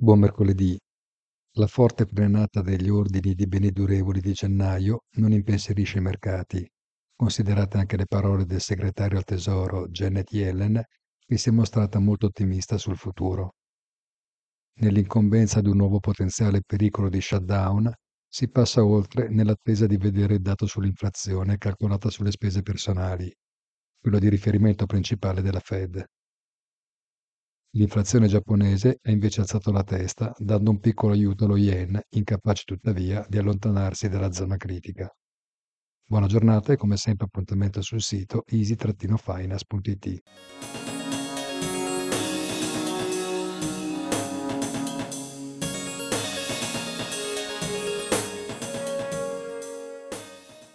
Buon mercoledì. La forte frenata degli ordini di beni durevoli di gennaio non impensierisce i mercati, considerate anche le parole del segretario al Tesoro Janet Yellen, che si è mostrata molto ottimista sul futuro. Nell'incombenza di un nuovo potenziale pericolo di shutdown, si passa oltre nell'attesa di vedere il dato sull'inflazione calcolata sulle spese personali, quello di riferimento principale della Fed. L'inflazione giapponese ha invece alzato la testa, dando un piccolo aiuto allo yen, incapace tuttavia di allontanarsi dalla zona critica. Buona giornata e come sempre appuntamento sul sito easy-finance.it.